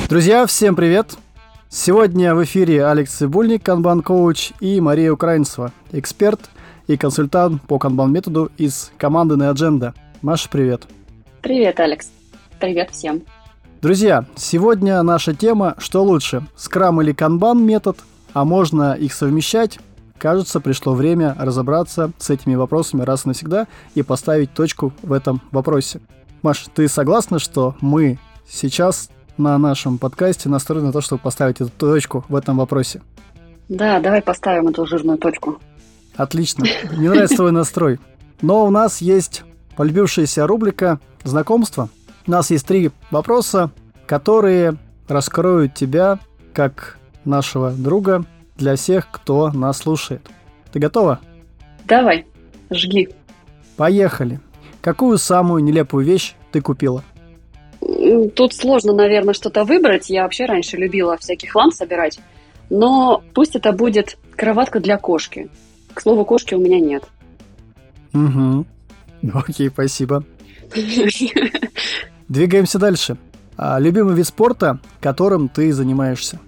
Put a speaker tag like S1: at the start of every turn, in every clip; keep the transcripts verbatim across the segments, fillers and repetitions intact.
S1: Друзья, всем привет! Сегодня в эфире Алекс Цибульник, канбан-коуч, и Мария Украинцева, эксперт и консультант по канбан-методу из команды Неодженда. Маша, привет!
S2: Привет, Алекс! Привет всем!
S1: Друзья, сегодня наша тема «Что лучше, скрам или канбан-метод? А можно их совмещать?» Кажется, пришло время разобраться с этими вопросами раз и навсегда и поставить точку в этом вопросе. Маш, ты согласна, что мы сейчас на нашем подкасте настроены на то, чтобы поставить эту точку в этом вопросе?
S2: Да, давай поставим эту жирную точку.
S1: Отлично. Мне нравится твой настрой. Но у нас есть полюбившаяся рубрика «Знакомство». У нас есть три вопроса, которые раскроют тебя как нашего друга для всех, кто нас слушает. Ты готова?
S2: Давай, жги.
S1: Поехали. Какую самую нелепую вещь ты купила?
S2: Тут сложно, наверное, что-то выбрать. Я вообще раньше любила всякий хлам собирать. Но пусть это будет кроватка для кошки. К слову, кошки у меня нет.
S1: Угу. Окей, спасибо. Двигаемся дальше. А, любимый вид спорта, которым ты занимаешься?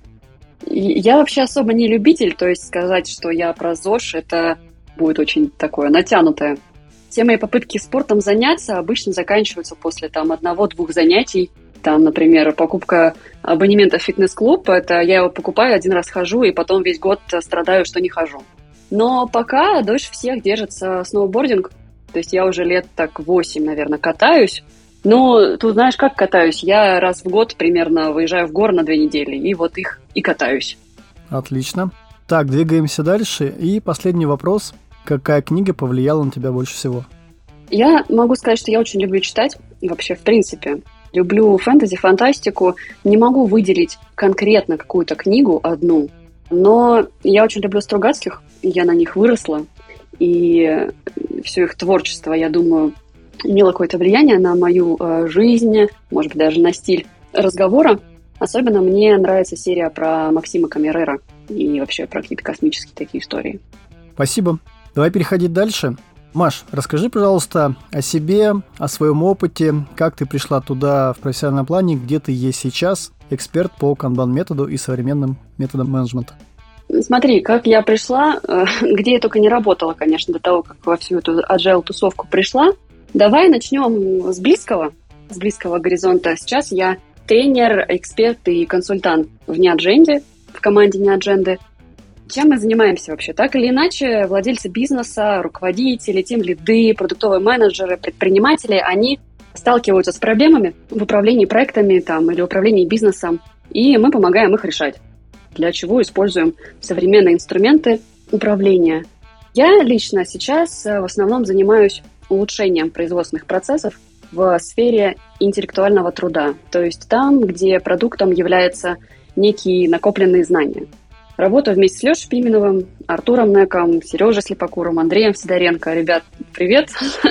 S2: Я вообще особо не любитель, то есть сказать, что я про ЗОЖ, это будет очень такое натянутое. Все мои попытки спортом заняться обычно заканчиваются после там одного-двух занятий. Там, например, покупка абонемента в фитнес-клуб, это я его покупаю, один раз хожу, и потом весь год страдаю, что не хожу. Но пока дольше всех держится сноубординг, то есть я уже лет так восемь, наверное, катаюсь. Но тут знаешь, как катаюсь? Я раз в год примерно выезжаю в горы на две недели, и вот их и катаюсь.
S1: Отлично. Так, двигаемся дальше. И последний вопрос. Какая книга повлияла на тебя больше всего?
S2: Я могу сказать, что я очень люблю читать, вообще, в принципе. Люблю фэнтези, фантастику. Не могу выделить конкретно какую-то книгу одну, но я очень люблю Стругацких, я на них выросла, и все их творчество, я думаю, имело какое-то влияние на мою э, жизнь, может быть, даже на стиль разговора. Особенно мне нравится серия про Максима Камерера и вообще про какие-то космические такие истории.
S1: Спасибо. Давай переходить дальше. Маш, расскажи, пожалуйста, о себе, о своем опыте, как ты пришла туда в профессиональном плане, где ты есть сейчас, эксперт по канбан-методу и современным методам менеджмента.
S2: Смотри, как я пришла, где я только не работала, конечно, до того, как во всю эту agile-тусовку пришла. Давай начнем с близкого, с близкого горизонта. Сейчас я тренер, эксперт и консультант в Неодженде, в команде Неодженды. Чем мы занимаемся вообще? Так или иначе, владельцы бизнеса, руководители, тимлиды, продуктовые менеджеры, предприниматели, они сталкиваются с проблемами в управлении проектами там, или управлении бизнесом, и мы помогаем их решать. Для чего используем современные инструменты управления. Я лично сейчас в основном занимаюсь улучшением производственных процессов в сфере интеллектуального труда, то есть там, где продуктом являются некие накопленные знания. Работаю вместе с Лешей Пименовым, Артуром Неком, Сережей Слепокуром, Андреем Сидоренко. Ребят, привет!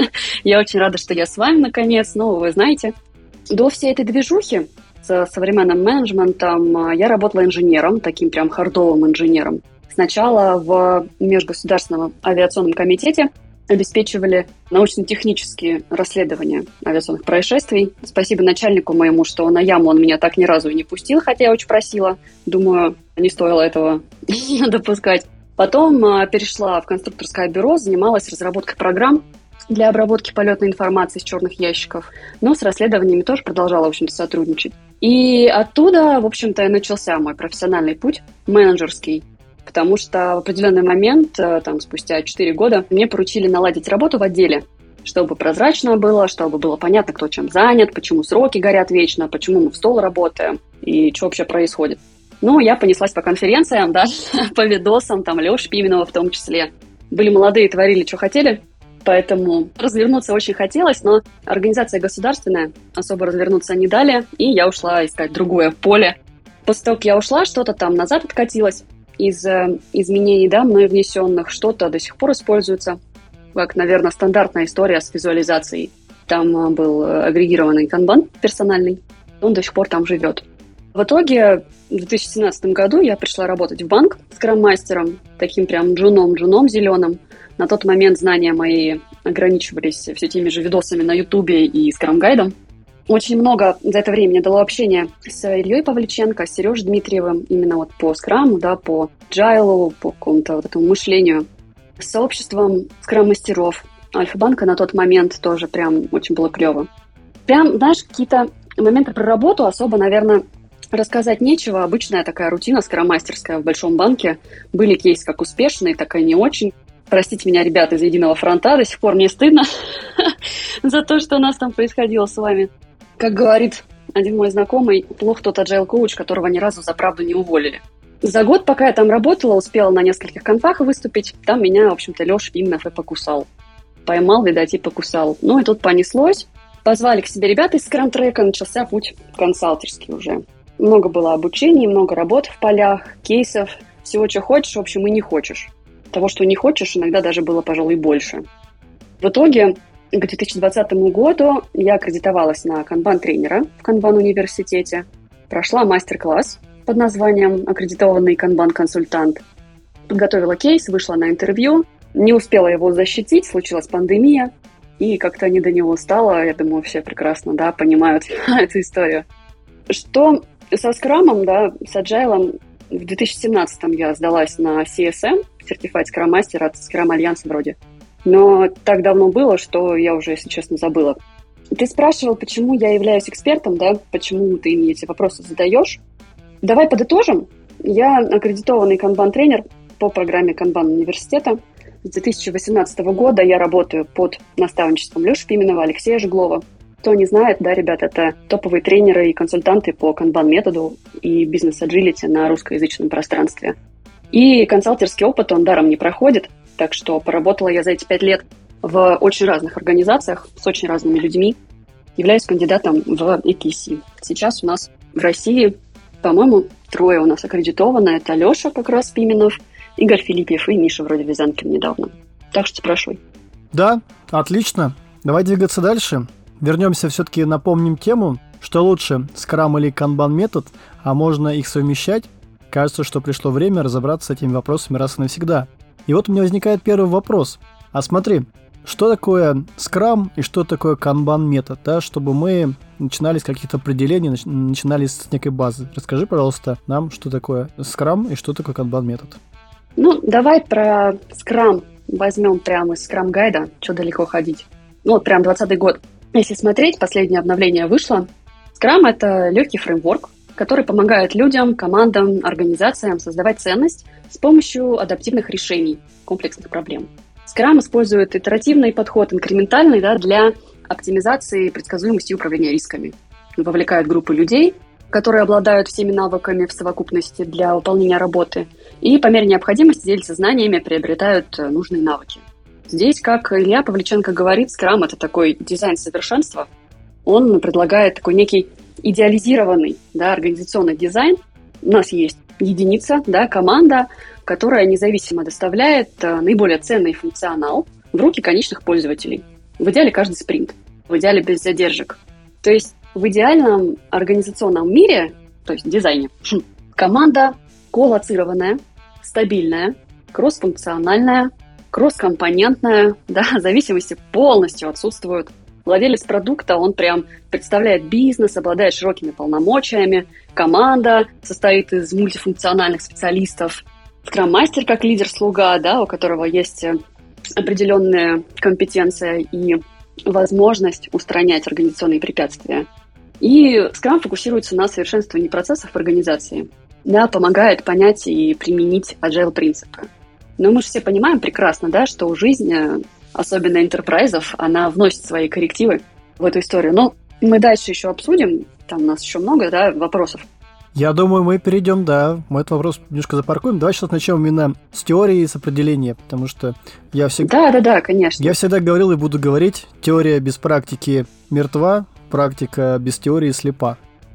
S2: Я очень рада, что я с вами наконец. Ну, вы знаете, до всей этой движухи с современным менеджментом я работала инженером, таким прям хардовым инженером. Сначала в Межгосударственном авиационном комитете обеспечивали научно-технические расследования авиационных происшествий. Спасибо начальнику моему, что на яму он меня так ни разу и не пустил, хотя я очень просила. Думаю, не стоило этого допускать. Потом перешла в конструкторское бюро, занималась разработкой программ для обработки полетной информации из черных ящиков, но с расследованиями тоже продолжала, в общем-то, сотрудничать. И оттуда, в общем-то, и начался мой профессиональный путь, менеджерский. Потому что в определенный момент, там, спустя четыре года, мне поручили наладить работу в отделе, чтобы прозрачно было, чтобы было понятно, кто чем занят, почему сроки горят вечно, почему мы в стол работаем и что вообще происходит. Ну, я понеслась по конференциям, да, по видосам, там, Леши Пименова в том числе. Были молодые, творили, что хотели, поэтому развернуться очень хотелось, но организация государственная, особо развернуться не дали, и я ушла искать другое поле. После того, как я ушла, что-то там назад откатилось из изменений, да, мной внесенных, что-то до сих пор используется, как, наверное, стандартная история с визуализацией. Там был агрегированный канбан персональный, он до сих пор там живет. В итоге в две тысячи семнадцатом году я пришла работать в банк скрам-мастером, таким прям джуном-джуном зеленым. На тот момент знания мои ограничивались все теми же видосами на Ютубе и скрам-гайдом. Очень много за это время мне дало общение с Ильей Павличенко, с Сережей Дмитриевым, именно вот по скраму, да, по джайлу, по какому-то вот этому мышлению. С сообществом скрам-мастеров Альфа-банка на тот момент тоже прям очень было клево. Прям, знаешь, какие-то моменты про работу особо, наверное, рассказать нечего. Обычная такая рутина скрам-мастерская в большом банке. Были кейсы как успешные, так и не очень. Простите меня, ребята из Единого фронта, до сих пор мне стыдно за то, что у нас там происходило с вами. Как говорит один мой знакомый, плох тот agile-коуч, которого ни разу за правду не уволили. За год, пока я там работала, успела на нескольких конфах выступить. Там меня, в общем-то, Леша Пименов и покусал. Поймал, видать, и покусал. Ну и тут понеслось. Позвали к себе ребята из скрам-трека, начался путь консалтерский уже. Много было обучений, много работ в полях, кейсов, всего, что хочешь, в общем, и не хочешь. Того, что не хочешь, иногда даже было, пожалуй, больше. В итоге, к две тысячи двадцатому году я аккредитовалась на канбан-тренера в канбан-университете, прошла мастер-класс под названием «Аккредитованный канбан-консультант», подготовила кейс, вышла на интервью, не успела его защитить, случилась пандемия, и как-то не до него стало. Я думаю, все прекрасно, да, понимают эту историю. Что со скрамом, да, с agile, в две тысячи семнадцатом я сдалась на си эс эм, Certified Scrum Master от Scrum Альянса вроде. Но так давно было, что я уже, если честно, забыла. Ты спрашивал, почему я являюсь экспертом, да, почему ты мне эти вопросы задаешь. Давай подытожим. Я аккредитованный канбан-тренер по программе канбан-университета. С две тысячи восемнадцатого года я работаю под наставничеством Леши Пименова, Алексея Жеглова. Кто не знает, да, ребят, это топовые тренеры и консультанты по канбан-методу и бизнес-аджилити на русскоязычном пространстве. И консалтерский опыт, он даром не проходит, так что поработала я за эти пять лет в очень разных организациях с очень разными людьми. Являюсь кандидатом в и кей си. Сейчас у нас в России, по-моему, трое у нас аккредитовано. Это Леша как раз Пименов, Игорь Филиппьев и Миша вроде Вязанкин недавно. Так что спрашивай.
S1: Да, отлично. Давай двигаться дальше. Вернемся все-таки, напомним тему, что лучше, скрам или канбан-метод, а можно их совмещать. Кажется, что пришло время разобраться с этими вопросами раз и навсегда. И вот у меня возникает первый вопрос. А смотри, что такое скрам и что такое канбан-метод, да, чтобы мы начинали с каких-то определений, начинали с некой базы. Расскажи, пожалуйста, нам, что такое скрам и что такое канбан-метод.
S2: Ну, давай про скрам возьмем прямо из скрам-гайда, что далеко ходить. Ну, вот прям двадцатый год. Если смотреть, последнее обновление вышло. Скрам – это легкий фреймворк, который помогает людям, командам, организациям создавать ценность с помощью адаптивных решений комплексных проблем. Скрам использует итеративный подход, инкрементальный, да, для оптимизации предсказуемости и управления рисками. Вовлекает группы людей, которые обладают всеми навыками в совокупности для выполнения работы, и по мере необходимости делятся знаниями, приобретают нужные навыки. Здесь, как Илья Павличенко говорит, скрам – это такой дизайн совершенства. Он предлагает такой некий идеализированный, да, организационный дизайн. У нас есть единица, да, команда, которая независимо доставляет наиболее ценный функционал в руки конечных пользователей. В идеале каждый спринт, в идеале без задержек. То есть в идеальном организационном мире, то есть дизайне, команда коллоцированная, стабильная, кроссфункциональная, кросскомпонентная, да, зависимости полностью отсутствуют. Владелец продукта, он прям представляет бизнес, обладает широкими полномочиями. Команда состоит из мультифункциональных специалистов. Скрам-мастер как лидер-слуга, да, у которого есть определенная компетенция и возможность устранять организационные препятствия. И скрам фокусируется на совершенствовании процессов в организации. Да, помогает понять и применить agile-принципы. Но мы же все понимаем прекрасно, да, что жизнь, особенно энтерпрайзов, она вносит свои коррективы в эту историю. Но мы дальше еще обсудим, там у нас еще много, да, вопросов.
S1: Я думаю, мы перейдем, да, мы этот вопрос немножко запаркуем. Давай сейчас начнем именно с теории, с определения, потому что я всегда...
S2: Да, да, да, конечно.
S1: Я всегда говорил и буду говорить, теория без практики мертва, практика без теории слепа.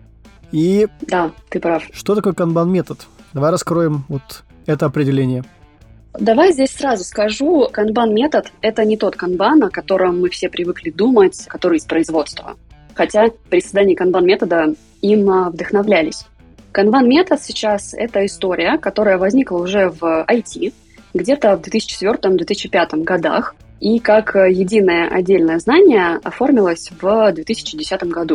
S1: И...
S2: Да, ты прав.
S1: Что такое канбан-метод? Давай раскроем вот это определение.
S2: Давай здесь сразу скажу, канбан-метод – это не тот канбан, о котором мы все привыкли думать, который из производства. Хотя при создании канбан-метода им вдохновлялись. Канбан-метод сейчас – это история, которая возникла уже в ай ти, где-то в две тысячи четвёртом - две тысячи пятом годах, и как единое отдельное знание оформилось в две тысячи десятом году.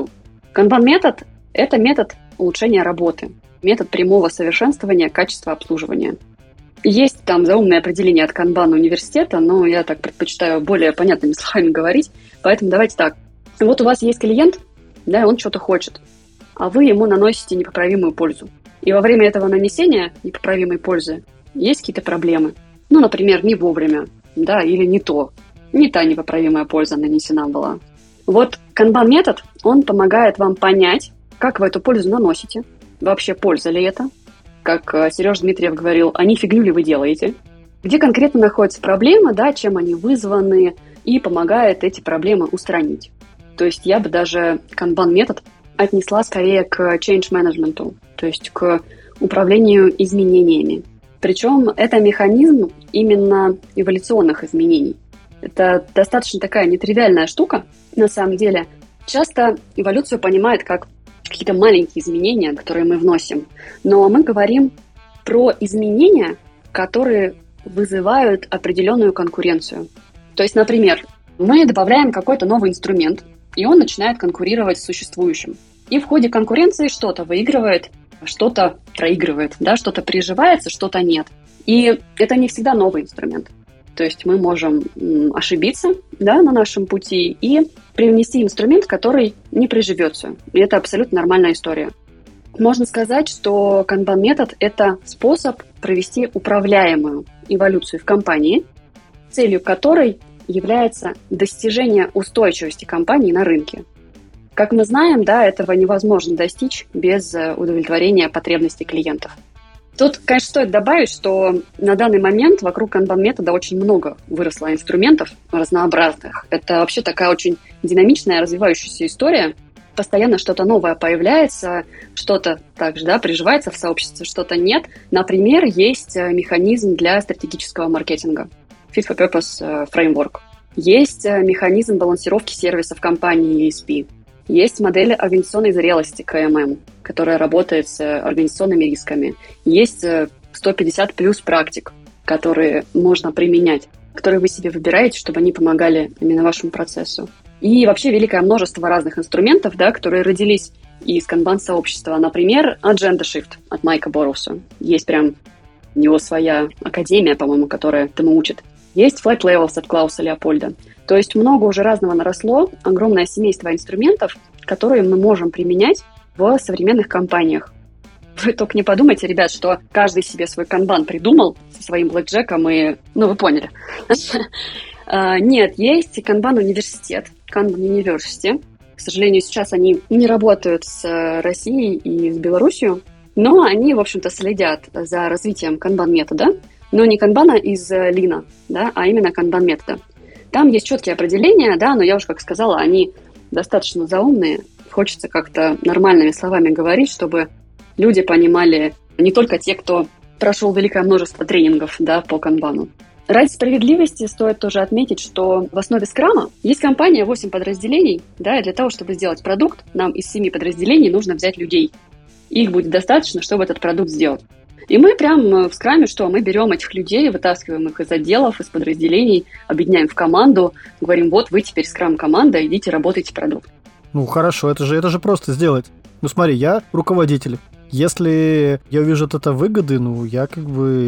S2: Канбан-метод – это метод улучшения работы, метод прямого совершенствования качества обслуживания. Есть там заумное определение от Канбан университета, но я так предпочитаю более понятными словами говорить, поэтому давайте так. Вот у вас есть клиент, да, он что-то хочет, а вы ему наносите непоправимую пользу. И во время этого нанесения непоправимой пользы есть какие-то проблемы. Ну, например, не вовремя, да, или не то, не та непоправимая польза нанесена была. Вот Канбан-метод, он помогает вам понять, как вы эту пользу наносите, вообще польза ли это, как Сережа Дмитриев говорил, а не фигню ли вы делаете, где конкретно находится проблема, да, чем они вызваны, и помогает эти проблемы устранить. То есть я бы даже Канбан-метод отнесла скорее к change management, то есть к управлению изменениями. Причем это механизм именно эволюционных изменений. Это достаточно такая нетривиальная штука, на самом деле. Часто эволюцию понимают как какие-то маленькие изменения, которые мы вносим. Но мы говорим про изменения, которые вызывают определенную конкуренцию. То есть, например, мы добавляем какой-то новый инструмент, и он начинает конкурировать с существующим. И в ходе конкуренции что-то выигрывает, что-то проигрывает, да, что-то приживается, что-то нет. И это не всегда новый инструмент. То есть мы можем ошибиться, да, на нашем пути и привнести инструмент, который не приживется. И это абсолютно нормальная история. Можно сказать, что Канбан-метод – это способ провести управляемую эволюцию в компании, целью которой является достижение устойчивости компании на рынке. Как мы знаем, да, этого невозможно достичь без удовлетворения потребностей клиентов. Тут, конечно, стоит добавить, что на данный момент вокруг Канбан-метода очень много выросло инструментов разнообразных. Это вообще такая очень динамичная, развивающаяся история. Постоянно что-то новое появляется, что-то также, да, приживается в сообществе, что-то нет. Например, есть механизм для стратегического маркетинга Fit for Purpose Framework. Есть механизм балансировки сервисов компании и эс пи. Есть модель организационной зрелости ка эм эм, которая работает с организационными рисками. Есть сто пятьдесят плюс практик, которые можно применять, которые вы себе выбираете, чтобы они помогали именно вашему процессу. И вообще великое множество разных инструментов, да, которые родились из канбан-сообщества. Например, Agenda Shift от Майка Борроуса. Есть прям у него своя академия, по-моему, которая этому учит. Есть Flat Levels от Клауса Леопольда. То есть много уже разного наросло, огромное семейство инструментов, которые мы можем применять в современных компаниях. Вы только не подумайте, ребят, что каждый себе свой канбан придумал со своим блэкджеком и... Ну, вы поняли. Нет, есть канбан-университет, Kanban University. К сожалению, сейчас они не работают с Россией и с Белоруссией, но они, в общем-то, следят за развитием канбан-метода, но не канбана из лина, да, а именно канбан-метода. Там есть четкие определения, да, но я уже, как сказала, они достаточно заумные. Хочется как-то нормальными словами говорить, чтобы люди понимали, не только те, кто прошел великое множество тренингов, да, по канбану. Ради справедливости стоит тоже отметить, что в основе скрама есть компания, восемь подразделений, да, и для того, чтобы сделать продукт, нам из семи подразделений нужно взять людей. Их будет достаточно, чтобы этот продукт сделать. И мы прям в скраме, что мы берем этих людей, вытаскиваем их из отделов, из подразделений, объединяем в команду, говорим, вот вы теперь скрам-команда, идите работайте продукт.
S1: Ну хорошо, это же, это же просто сделать. Ну смотри, я руководитель. Если я увижу от этого выгоды, ну я как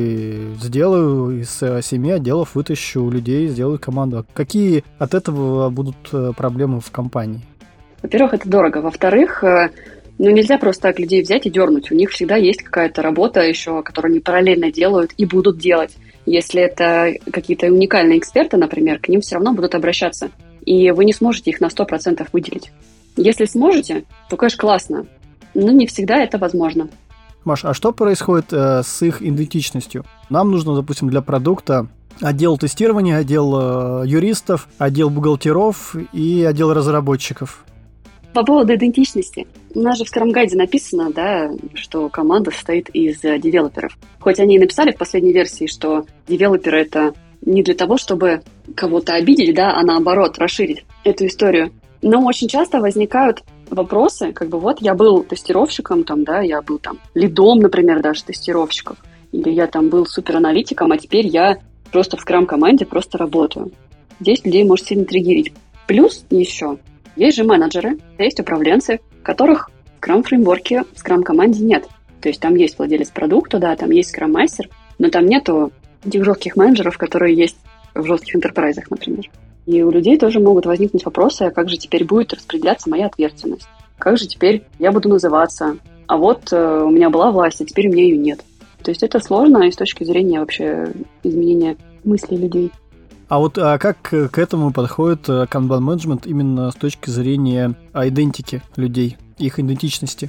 S1: бы сделаю из семи отделов, вытащу людей, сделаю команду. Какие от этого будут проблемы в компании?
S2: Во-первых, это дорого. Во-вторых, ну, нельзя просто так людей взять и дернуть. У них всегда есть какая-то работа еще, которую они параллельно делают и будут делать. Если это какие-то уникальные эксперты, например, к ним все равно будут обращаться. И вы не сможете их на сто процентов выделить. Если сможете, то, конечно, классно. Но не всегда это возможно.
S1: Маш, а что происходит э, с их идентичностью? Нам нужно, допустим, для продукта отдел тестирования, отдел э, юристов, отдел бухгалтеров и отдел разработчиков.
S2: По поводу идентичности. У нас же в Scrum Guide написано, да, что команда состоит из девелоперов. Хоть они и написали в последней версии, что девелоперы — это не для того, чтобы кого-то обидеть, да, а наоборот, расширить эту историю. Но очень часто возникают вопросы, как бы вот я был тестировщиком, там, да, я был там лидом, например, даже тестировщиков, или я там был супераналитиком, а теперь я просто в Scrum-команде просто работаю. Здесь людей может сильно триггерить. Плюс еще есть же менеджеры, есть управленцы, которых в Scrum-фреймворке, в Scrum-команде нет. То есть там есть владелец продукта, да, там есть Scrum-мастер, но там нету тех жестких менеджеров, которые есть в жестких энтерпрайзах, например. И у людей тоже могут возникнуть вопросы, а как же теперь будет распределяться моя ответственность? Как же теперь я буду называться? А вот э, у меня была власть, а теперь у меня ее нет. То есть это сложно и с точки зрения вообще изменения мыслей людей.
S1: А вот а как к этому подходит канбан-менеджмент именно с точки зрения идентики людей, их идентичности?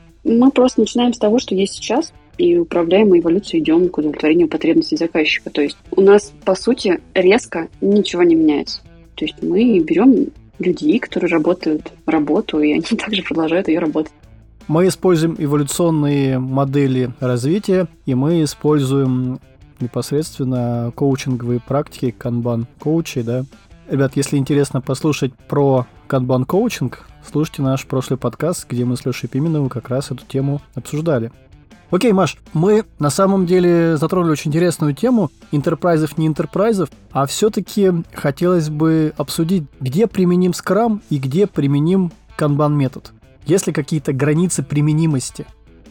S2: Мы просто начинаем с того, что есть сейчас, и управляем эволюцией, идем к удовлетворению потребностей заказчика. То есть у нас, по сути, резко ничего не меняется. То есть мы берем людей, которые работают работу, и они также продолжают ее работать.
S1: Мы используем эволюционные модели развития, и мы используем непосредственно коучинговые практики канбан-коучей, да. Ребят, если интересно послушать про канбан-коучинг, слушайте наш прошлый подкаст, где мы с Лешей Пименовым как раз эту тему обсуждали. Окей, Маш, мы на самом деле затронули очень интересную тему интерпрайзов, не интерпрайзов, а все-таки хотелось бы обсудить, где применим Scrum и где применим канбан-метод. Есть ли какие-то границы применимости?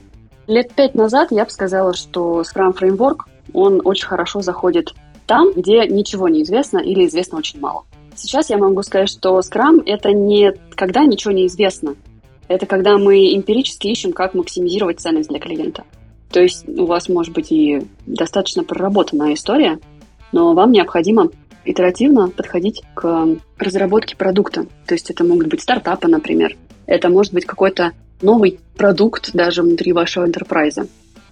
S2: Лет пять назад я бы сказала, что Scrum-фреймворк, он очень хорошо заходит там, где ничего не известно или известно очень мало. Сейчас я могу сказать, что Scrum — это не когда ничего не известно. Это когда мы эмпирически ищем, как максимизировать ценность для клиента. То есть у вас может быть и достаточно проработанная история, но вам необходимо итеративно подходить к разработке продукта. То есть это могут быть стартапы, например. Это может быть какой-то новый продукт даже внутри вашего энтерпрайза.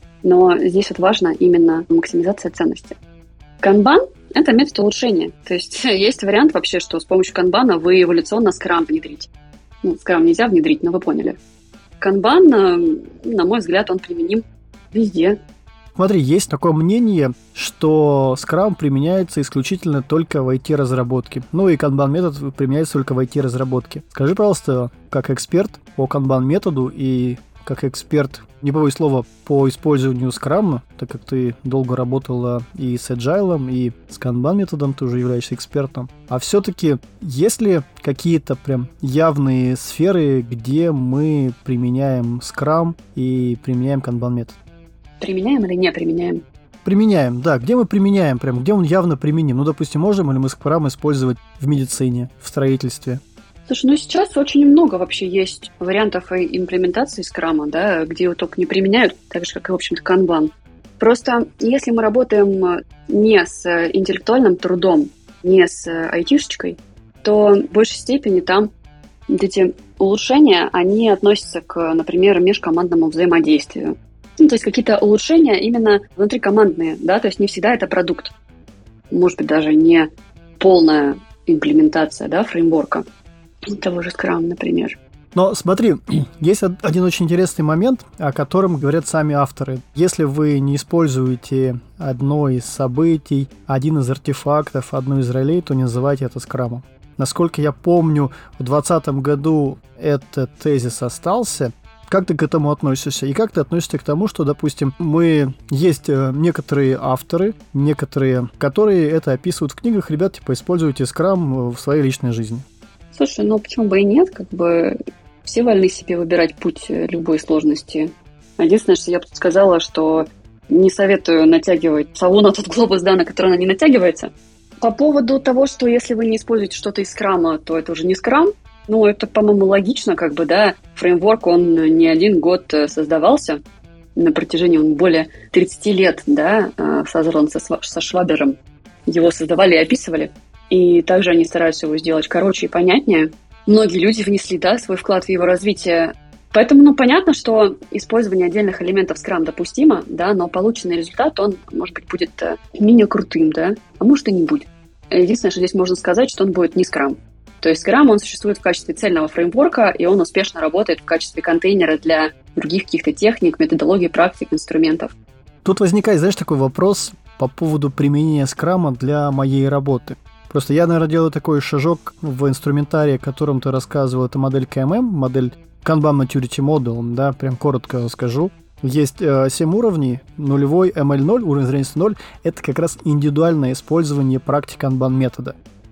S2: Но здесь вот важно именно максимизация ценности. Канбан — это метод улучшения. То есть есть вариант вообще, что с помощью канбана вы эволюционно скрам внедрите. Ну, скрам нельзя внедрить, но вы поняли. Канбан, на мой взгляд, он применим везде.
S1: Смотри, есть такое мнение, что Scrum применяется исключительно только в ай ти-разработке. Ну и Kanban-метод применяется только в ай ти-разработке. Скажи, пожалуйста, как эксперт по Kanban-методу и как эксперт, не побоюсь слова, по использованию Scrum, так как ты долго работала и с Agile, и с Kanban-методом, ты уже являешься экспертом. А все-таки есть ли какие-то прям явные сферы, где мы применяем Scrum и применяем Kanban-метод?
S2: Применяем или не применяем?
S1: Применяем, да. Где мы применяем, прям, где он явно применим? Ну, допустим, можем ли мы Scrum использовать в медицине, в строительстве?
S2: Слушай, ну сейчас очень много вообще есть вариантов имплементации скрама, да, где его только не применяют, так же, как и, в общем-то, канбан. Просто если мы работаем не с интеллектуальным трудом, не с айтишечкой, то в большей степени там вот эти улучшения, они относятся к, например, межкомандному взаимодействию. Ну, то есть какие-то улучшения именно внутрикомандные, да, то есть не всегда это продукт. Может быть, даже не полная имплементация, да, фреймворка. Того же Scrum, например.
S1: Но смотри, есть один очень интересный момент, о котором говорят сами авторы. Если вы не используете одно из событий, один из артефактов, одну из ролей, то не называйте это скрамом. Насколько я помню, в двадцатом году этот тезис остался. Как ты к этому относишься? И как ты относишься к тому, что, допустим, мы есть некоторые авторы, некоторые, которые это описывают в книгах, ребят, типа, используйте скрам в своей личной жизни?
S2: Слушай, ну почему бы и нет? Как бы все вольны себе выбирать путь любой сложности. Единственное, что я бы сказала, что не советую натягивать сову на тот глобус, да, на который она не натягивается. По поводу того, что если вы не используете что-то из скрама, то это уже не скрам. Ну, это, по-моему, логично, как бы, да. Фреймворк, он не один год создавался. На протяжении он более тридцать лет, да, создан со, со Швабером. Его создавали и описывали. И также они стараются его сделать короче и понятнее. Многие люди внесли, да, свой вклад в его развитие. Поэтому, ну, понятно, что использование отдельных элементов Scrum допустимо, да, но полученный результат, он, может быть, будет менее крутым, да, а может и не будет. Единственное, что здесь можно сказать, что он будет не Scrum. То есть Scrum, он существует в качестве цельного фреймворка, и он успешно работает в качестве контейнера для других каких-то техник, методологий, практик, инструментов.
S1: Тут возникает, знаешь, такой вопрос по поводу применения Scrum для моей работы. Просто я, наверное, делаю такой шажок в инструментарии, о котором ты рассказывал. Это модель кей эм эм, модель Kanban Maturity Model, да, прям коротко скажу. Есть э, семь уровней, нулевой, эм эл ноль, уровень зрелищности ноль. Это как раз индивидуальное использование практик Kanban метода.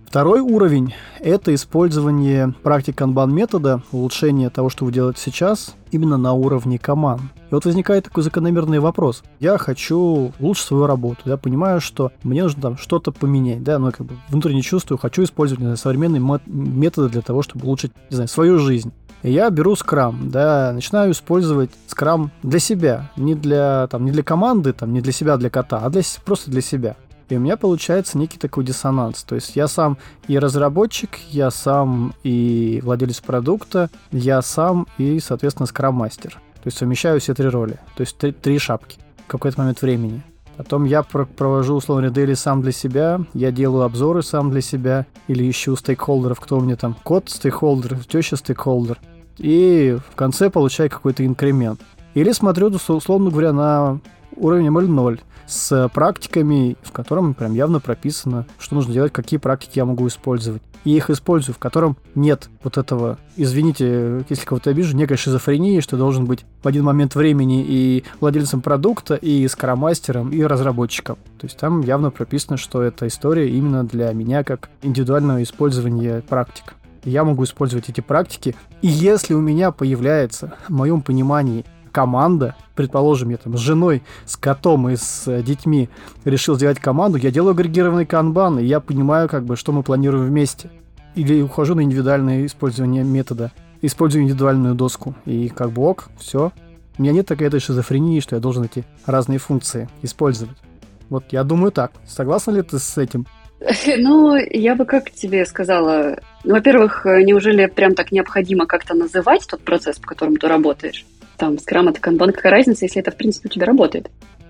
S1: Второй уровень – это использование практик канбан-метода, улучшение того, что вы делаете сейчас, именно на уровне команд. И вот возникает такой закономерный вопрос. Я хочу улучшить свою работу. Я понимаю, что мне нужно там что-то поменять. Да? Ну, я как бы внутренне чувствую, хочу использовать, не знаю, современные методы для того, чтобы улучшить, не знаю, свою жизнь. И я беру Scrum, да, начинаю использовать Scrum для себя. Не для, там, не для команды, там, не для себя, для кота, а для, просто для себя. И у меня получается некий такой диссонанс. То есть я сам и разработчик, я сам и владелец продукта, я сам и, соответственно, скрам-мастер. То есть совмещаю все три роли. То есть три, три шапки в какой-то момент времени. Потом я провожу, условно, дейли сам для себя, я делаю обзоры сам для себя, или ищу стейкхолдеров, кто у меня там, кот стейкхолдер, теща стейкхолдер. И в конце получаю какой-то инкремент. Или смотрю, условно говоря, на уровень эм эл ноль с практиками, в котором прям явно прописано, что нужно делать, какие практики я могу использовать. И их использую, в котором нет вот этого, извините, если кого-то обижу, некой шизофрении, что должен быть в один момент времени и владельцем продукта, и скрам-мастером, и разработчиком. То есть там явно прописано, что эта история именно для меня как индивидуального использования практик. Я могу использовать эти практики, и если у меня появляется, в моем понимании, команда, предположим, я там с женой, с котом и с детьми решил сделать команду, я делаю агрегированный канбан, и я понимаю, как бы, что мы планируем вместе. Или ухожу на индивидуальное использование метода, использую индивидуальную доску, и как бы ок, все. У меня нет такой этой шизофрении, что я должен эти разные функции использовать. Вот я думаю так. Согласна ли ты с этим?
S2: Ну, я бы как тебе сказала... Ну, во-первых, неужели прям так необходимо как-то называть тот процесс, по которому ты работаешь? Там, скрам, это канбан, какая разница, если это, в принципе, у тебя работает?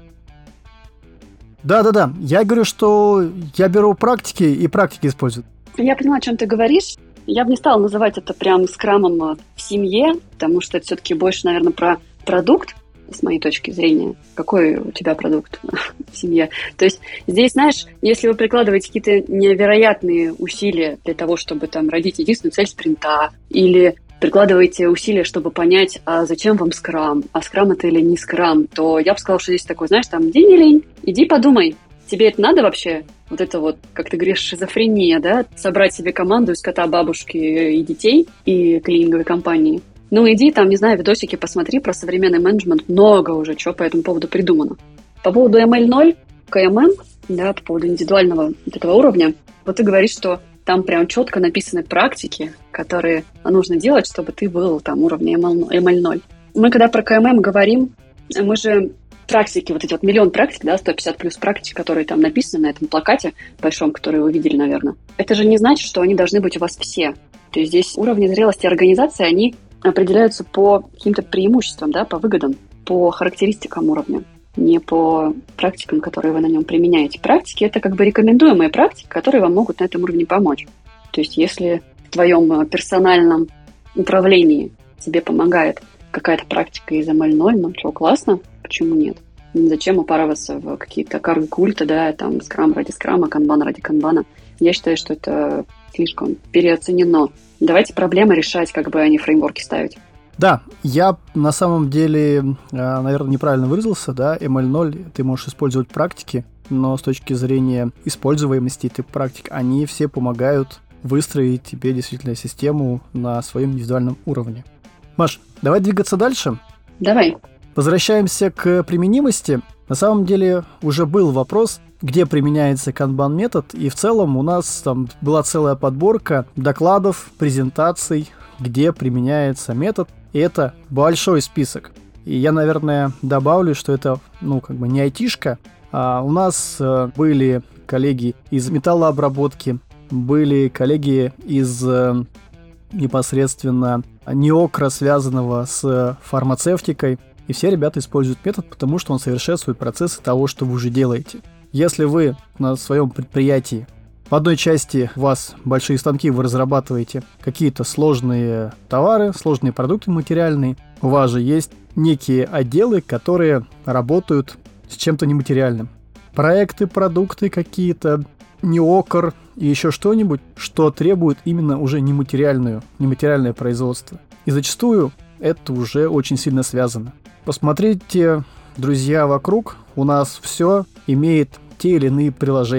S1: Да-да-да, я говорю, что я беру практики и практики использую.
S2: Я поняла, о чем ты говоришь. Я бы не стала называть это прям скрамом в семье, потому что это все-таки больше, наверное, про продукт, с моей точки зрения. Какой у тебя продукт в семье? То есть здесь, знаешь, если вы прикладываете какие-то невероятные усилия для того, чтобы там родить единственную цель спринта, или прикладываете усилия, чтобы понять, а зачем вам скрам, а скрам это или не скрам, то я бы сказала, что здесь такой, знаешь, там, день не лень, иди подумай, тебе это надо вообще? Вот это вот, как ты говоришь, шизофрения, да? Собрать себе команду из кота, бабушки и детей и клининговой компании. Ну, иди там, не знаю, видосики посмотри про современный менеджмент, много уже чего по этому поводу придумано. По поводу эм эл ноль, ка эм эм, да, по поводу индивидуального вот этого уровня, вот ты говоришь, что там прям четко написаны практики, которые нужно делать, чтобы ты был там уровня эм эл ноль. Мы когда про ка эм эм говорим, мы же практики, вот эти вот миллион практик, да, сто пятьдесят плюс практик, которые там написаны на этом плакате большом, который вы видели, наверное. Это же не значит, что они должны быть у вас все. То есть здесь уровни зрелости организации, они определяются по каким-то преимуществам, да, по выгодам, по характеристикам уровня, не по практикам, которые вы на нем применяете. Практики – это как бы рекомендуемые практики, которые вам могут на этом уровне помочь. То есть если в твоем персональном управлении тебе помогает какая-то практика из эм эл ноль, ну что, классно, почему нет? Зачем упарываться в какие-то карго-культы, да, там, скрам ради скрама, канбан ради канбана? Я считаю, что это слишком переоценено. Давайте проблемы решать, как бы, а не фреймворки ставить.
S1: Да, я на самом деле, наверное, неправильно выразился, да, эм эл ноль, ты можешь использовать практики, но с точки зрения используемости этих практик, они все помогают выстроить тебе действительно систему на своем индивидуальном уровне. Маш, давай двигаться дальше.
S2: Давай.
S1: Возвращаемся к применимости. На самом деле уже был вопрос, где применяется канбан-метод, и в целом у нас там была целая подборка докладов, презентаций, где применяется метод, и это большой список. И я, наверное, добавлю, что это, ну, как бы не айтишка, а у нас э, были коллеги из металлообработки, были коллеги из э, непосредственно неокра, связанного с фармацевтикой, и все ребята используют метод, потому что он совершенствует процессы того, что вы уже делаете. Если вы на своем предприятии, в одной части у вас большие станки, вы разрабатываете какие-то сложные товары, сложные продукты материальные, у вас же есть некие отделы, которые работают с чем-то нематериальным. Проекты, продукты какие-то, неокр и еще что-нибудь, что требует именно уже нематериальную, нематериальное производство. И зачастую это уже очень сильно связано. Посмотрите, друзья, вокруг, у нас все имеет те или иные приложения.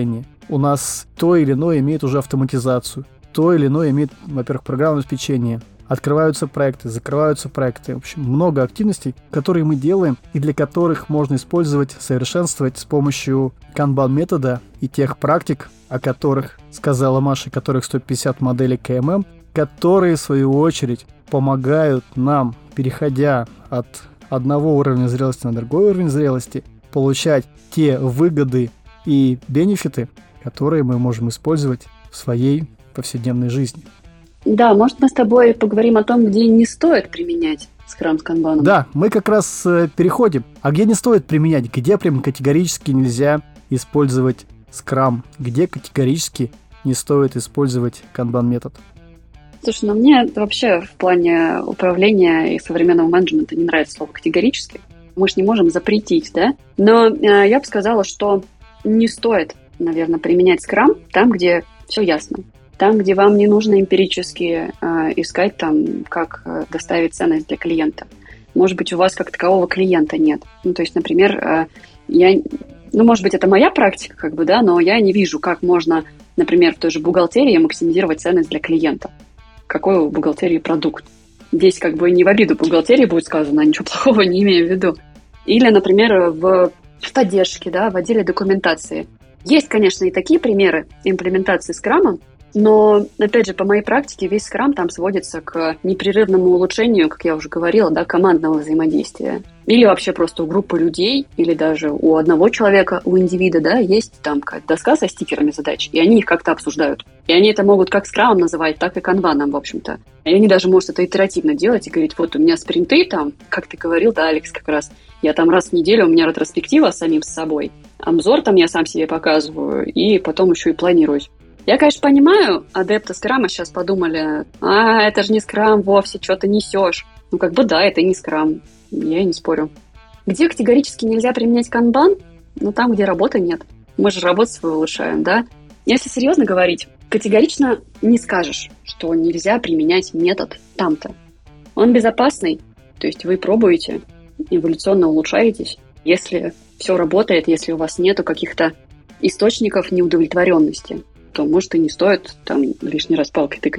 S1: у нас то или иное имеет уже автоматизацию, то или иное имеет, во-первых, программное обеспечение. Открываются проекты, закрываются проекты. В общем, много активностей, которые мы делаем и для которых можно использовать, совершенствовать с помощью канбан-метода и тех практик, о которых сказала Маша, которых сто пятьдесят моделей ка эм эм, которые, в свою очередь, помогают нам, переходя от одного уровня зрелости на другой уровень зрелости, получать те выгоды и бенефиты, которые мы можем использовать в своей повседневной жизни.
S2: Да, может, мы с тобой поговорим о том, где не стоит применять скрам с канбаном?
S1: Да, мы как раз э, переходим. А где не стоит применять? Где прям категорически нельзя использовать скрам? Где категорически не стоит использовать канбан-метод?
S2: Слушай, ну мне вообще в плане управления и современного менеджмента не нравится слово «категорически». Мы же не можем запретить, да? Но э, я бы сказала, что не стоит, наверное, применять скрам там, где все ясно. Там, где вам не нужно эмпирически э, искать, там, как э, доставить ценность для клиента. Может быть, у вас как такового клиента нет. Ну, то есть, например, э, я, ну, может быть, это моя практика, как бы, да, но я не вижу, как можно, например, в той же бухгалтерии максимизировать ценность для клиента. Какой у бухгалтерии продукт. Здесь как бы не в обиду бухгалтерии будет сказано, ничего плохого не имею в виду. Или, например, в, в поддержке, да, в отделе документации. Есть, конечно, и такие примеры имплементации скрама, но, опять же, по моей практике весь скрам там сводится к непрерывному улучшению, как я уже говорила, да, командного взаимодействия. Или вообще просто у группы людей, или даже у одного человека, у индивида, да, есть там какая-то доска со стикерами задач, и они их как-то обсуждают. И они это могут как скрамом называть, так и канбаном, в общем-то. И они даже могут это итеративно делать и говорить, вот у меня спринты там, как ты говорил, да, Алекс, как раз, я там раз в неделю, у меня ретроспектива с самим с собой, обзор там я сам себе показываю, и потом еще и планируюсь. Я, конечно, понимаю, адепты скрама сейчас подумали, а, это же не скрам вовсе, что ты несешь. Ну, как бы да, это и не скрам, я и не спорю. Где категорически нельзя применять канбан? Ну, там, где работы нет. Мы же работу свою улучшаем, да? Если серьезно говорить, категорично не скажешь, что нельзя применять метод там-то. Он безопасный, то есть вы пробуете, эволюционно улучшаетесь. Если все работает, если у вас нету каких-то источников неудовлетворенности, то, может, и не стоит там лишний раз палкой тыкать.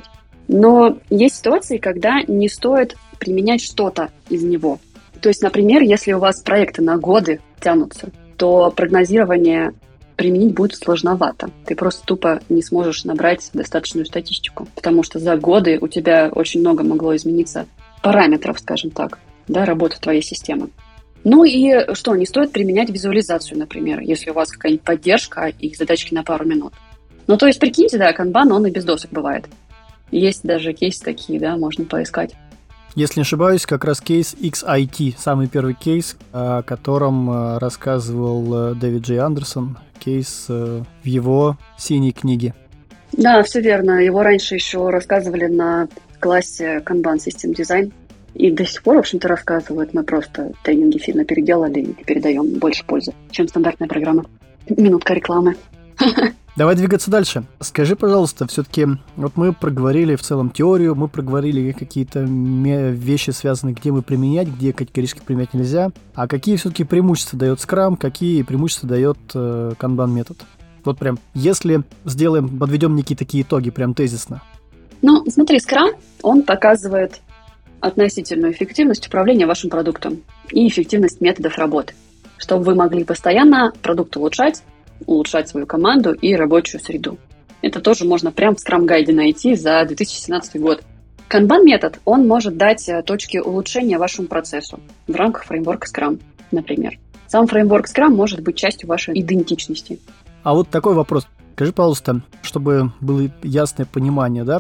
S2: Но есть ситуации, когда не стоит применять что-то из него. То есть, например, если у вас проекты на годы тянутся, то прогнозирование применить будет сложновато. Ты просто тупо не сможешь набрать достаточную статистику, потому что за годы у тебя очень много могло измениться параметров, скажем так, да, работы твоей системы. Ну и что, не стоит применять визуализацию, например, если у вас какая-нибудь поддержка и задачки на пару минут. Ну, то есть, прикиньте, да, канбан, он и без досок бывает. Есть даже кейсы такие, да, можно поискать.
S1: Если не ошибаюсь, как раз кейс икс ай ти, самый первый кейс, о котором рассказывал Дэвид Джей Андерсон, кейс в его синей книге.
S2: Да, все верно. Его раньше еще рассказывали на классе Kanban System Design. И до сих пор, в общем-то, рассказывают. Мы просто тренинги сильно переделали и теперь даем больше пользы, чем стандартная программа. Минутка рекламы.
S1: Давай двигаться дальше. Скажи, пожалуйста, все-таки, вот мы проговорили в целом теорию, мы проговорили какие-то вещи, связанные, где мы применять, где категорически применять нельзя. А какие все-таки преимущества дает скрам, какие преимущества дает э, канбан-метод? Вот прям, если сделаем, подведем некие такие итоги, прям тезисно.
S2: Ну, смотри, скрам, он показывает относительную эффективность управления вашим продуктом и эффективность методов работы, чтобы вы могли постоянно продукт улучшать, улучшать свою команду и рабочую среду. Это тоже можно прямо в скрам-гайде найти за две тысячи семнадцатый год. Канбан-метод, он может дать точки улучшения вашему процессу в рамках фреймворка Scrum, например. Сам фреймворк Scrum может быть частью вашей идентичности.
S1: А вот такой вопрос. Скажи, пожалуйста, чтобы было ясное понимание, да,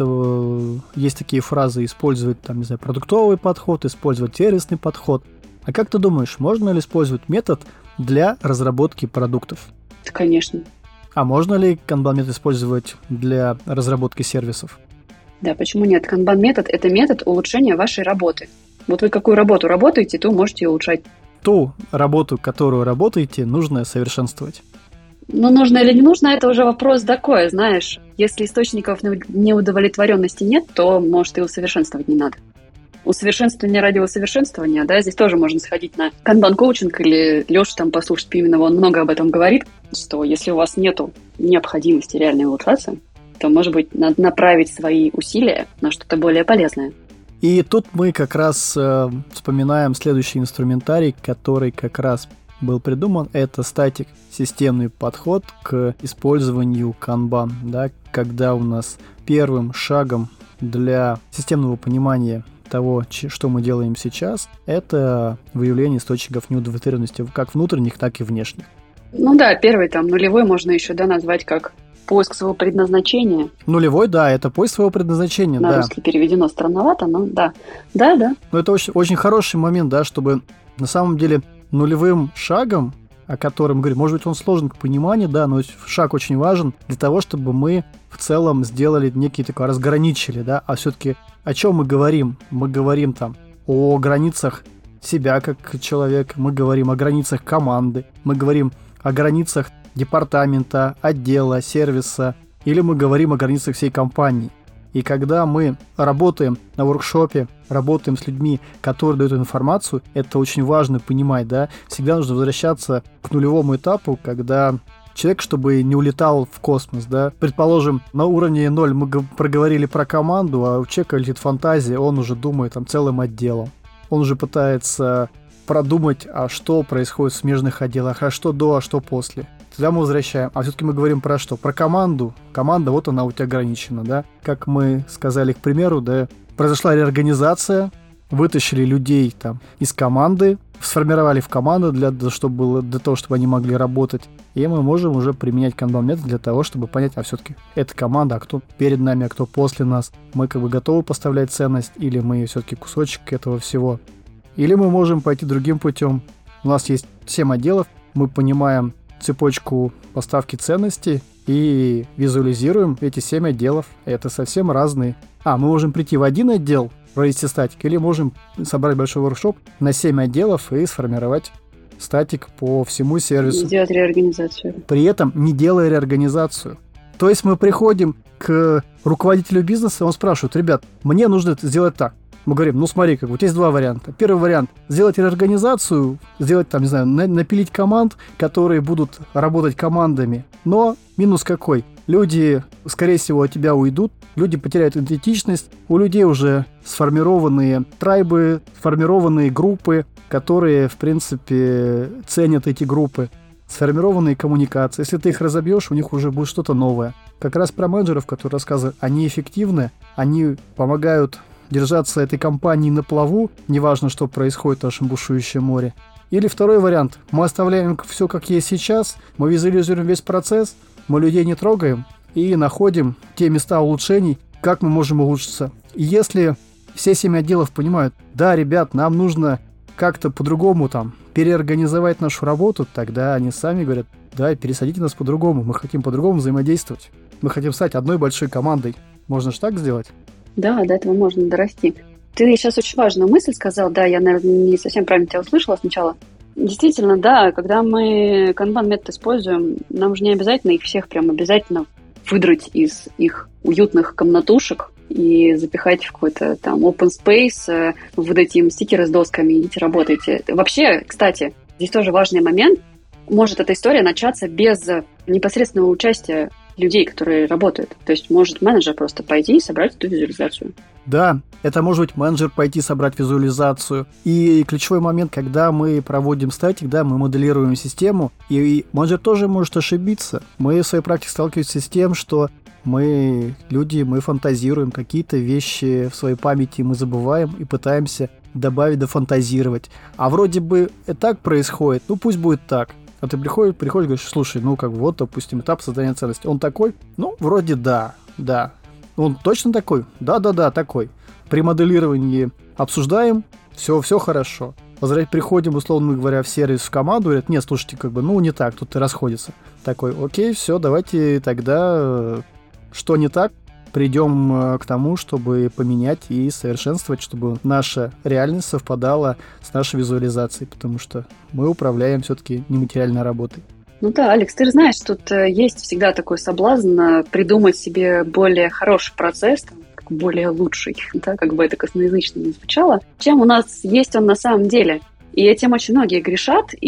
S1: просто есть такие фразы использовать, там, не знаю, продуктовый подход, использовать сервисный подход. А как ты думаешь, можно ли использовать метод для разработки продуктов?
S2: Конечно.
S1: А можно ли канбан-метод использовать для разработки сервисов?
S2: Да, почему нет? Канбан-метод – это метод улучшения вашей работы. Вот вы какую работу работаете, то можете ее улучшать.
S1: Ту работу, которую работаете, нужно совершенствовать.
S2: Ну, нужно или не нужно, это уже вопрос такой, знаешь. Если источников неудовлетворенности нет, то, может, и усовершенствовать не надо. Усовершенствование ради усовершенствования, да, здесь тоже можно сходить на канбан-коучинг или Лешу там послушать Пименова, он много об этом говорит. что если у вас нету необходимости реальной иллюстрации, то, может быть, надо направить свои усилия на что-то более полезное.
S1: И тут мы как раз э, вспоминаем следующий инструментарий, который как раз был придуман. Это статик, системный подход к использованию Kanban, да, когда у нас первым шагом для системного понимания того, что мы делаем сейчас, это выявление источников неудовлетворенности, как внутренних, так и внешних.
S2: Ну да, первый там нулевой можно еще, да, назвать как поиск своего предназначения.
S1: Нулевой, да, это поиск своего предназначения,
S2: на
S1: да.
S2: На русский переведено странновато, но да. Да, да.
S1: Но это очень, очень хороший момент, да, чтобы на самом деле нулевым шагом, о котором мы говорим, может быть, он сложен к пониманию, да, но шаг очень важен для того, чтобы мы в целом сделали некий такой, разграничили, да, а все-таки о чем мы говорим? Мы говорим там о границах себя как человека, мы говорим о границах команды, мы говорим о границах департамента, отдела, сервиса, или мы говорим о границах всей компании. И когда мы работаем на воркшопе, работаем с людьми, которые дают информацию, это очень важно понимать, да, всегда нужно возвращаться к нулевому этапу, когда человек, чтобы не улетал в космос, да, предположим, на уровне ноль мы проговорили про команду, а у человека летит фантазия, он уже думает там целым отделом, он уже пытается продумать, а что происходит в смежных отделах, а что до, а что после. Тогда мы возвращаем. А все-таки мы говорим про что? Про команду. Команда, вот она у тебя ограничена, да? Как мы сказали, к примеру, да, произошла реорганизация, вытащили людей там из команды, сформировали в команду для, чтобы было, для того, чтобы они могли работать. И мы можем уже применять канбан-метод для того, чтобы понять, а все-таки это команда, а кто перед нами, а кто после нас. Мы как бы готовы поставлять ценность, или мы все-таки кусочек этого всего. Или мы можем пойти другим путем. У нас есть семь отделов, мы понимаем цепочку поставки ценностей и визуализируем эти семь отделов. Это совсем разные. А, мы можем прийти в один отдел, провести статик, или можем собрать большой воркшоп на семь отделов и сформировать статик по всему сервису.
S2: Сделать реорганизацию.
S1: При этом не делая реорганизацию. То есть мы приходим к руководителю бизнеса, он спрашивает: ребят, мне нужно сделать так. Мы говорим, ну смотри, как вот есть два варианта. Первый вариант – сделать реорганизацию, сделать там, не знаю, на- напилить команд, которые будут работать командами. Но минус какой? Люди, скорее всего, от тебя уйдут, люди потеряют идентичность, у людей уже сформированные трайбы, сформированные группы, которые, в принципе, ценят эти группы, сформированные коммуникации. Если ты их разобьешь, у них уже будет что-то новое. Как раз про менеджеров, которые рассказывают, они эффективны, они помогают держаться этой компании на плаву, неважно, что происходит в нашем бушующем море. Или второй вариант. Мы оставляем все как есть сейчас, мы визуализируем весь процесс, мы людей не трогаем и находим те места улучшений, как мы можем улучшиться. И если все семь отделов понимают, да, ребят, нам нужно как-то по-другому там переорганизовать нашу работу, тогда они сами говорят, да, пересадите нас по-другому, мы хотим по-другому взаимодействовать. Мы хотим стать одной большой командой. Можно же так сделать?
S2: Да, до этого можно дорасти. Ты сейчас очень важную мысль сказал, да, я, наверное, не совсем правильно тебя услышала сначала. Действительно, да, когда мы канбан-метод используем, нам же не обязательно их всех прям обязательно выдрать из их уютных комнатушек и запихать в какой-то там open space, выдать им стикеры с досками, идите работайте. Вообще, кстати, здесь тоже важный момент. Может эта история начаться без непосредственного участия людей, которые работают. То есть может менеджер просто пойти и собрать эту визуализацию.
S1: Да, это может быть менеджер пойти собрать визуализацию. И ключевой момент, когда мы проводим статик, да, мы моделируем систему, и менеджер тоже может ошибиться. Мы в своей практике сталкиваемся с тем, что мы, люди, мы фантазируем какие-то вещи в своей памяти, мы забываем и пытаемся добавить, дофантазировать. А вроде бы и так происходит, ну пусть будет так. А ты приходишь, приходишь, говоришь, слушай, ну как вот, допустим, этап создания ценности. Он такой? Ну, вроде да, да. Он точно такой? Да-да-да, такой. При моделировании обсуждаем, все, все хорошо. Возвращать приходим, условно говоря, в сервис, в команду, говорят, нет, слушайте, как бы, ну не так, тут и расходится. Такой, окей, все, давайте тогда, что не так, придем к тому, чтобы поменять и совершенствовать, чтобы наша реальность совпадала с нашей визуализацией, потому что мы управляем все-таки нематериальной работой.
S2: Ну да, Алекс, ты же знаешь, тут есть всегда такой соблазн придумать себе более хороший процесс, там, более лучший, да, как бы это косноязычно не звучало, чем у нас есть он на самом деле. И этим очень многие грешат, и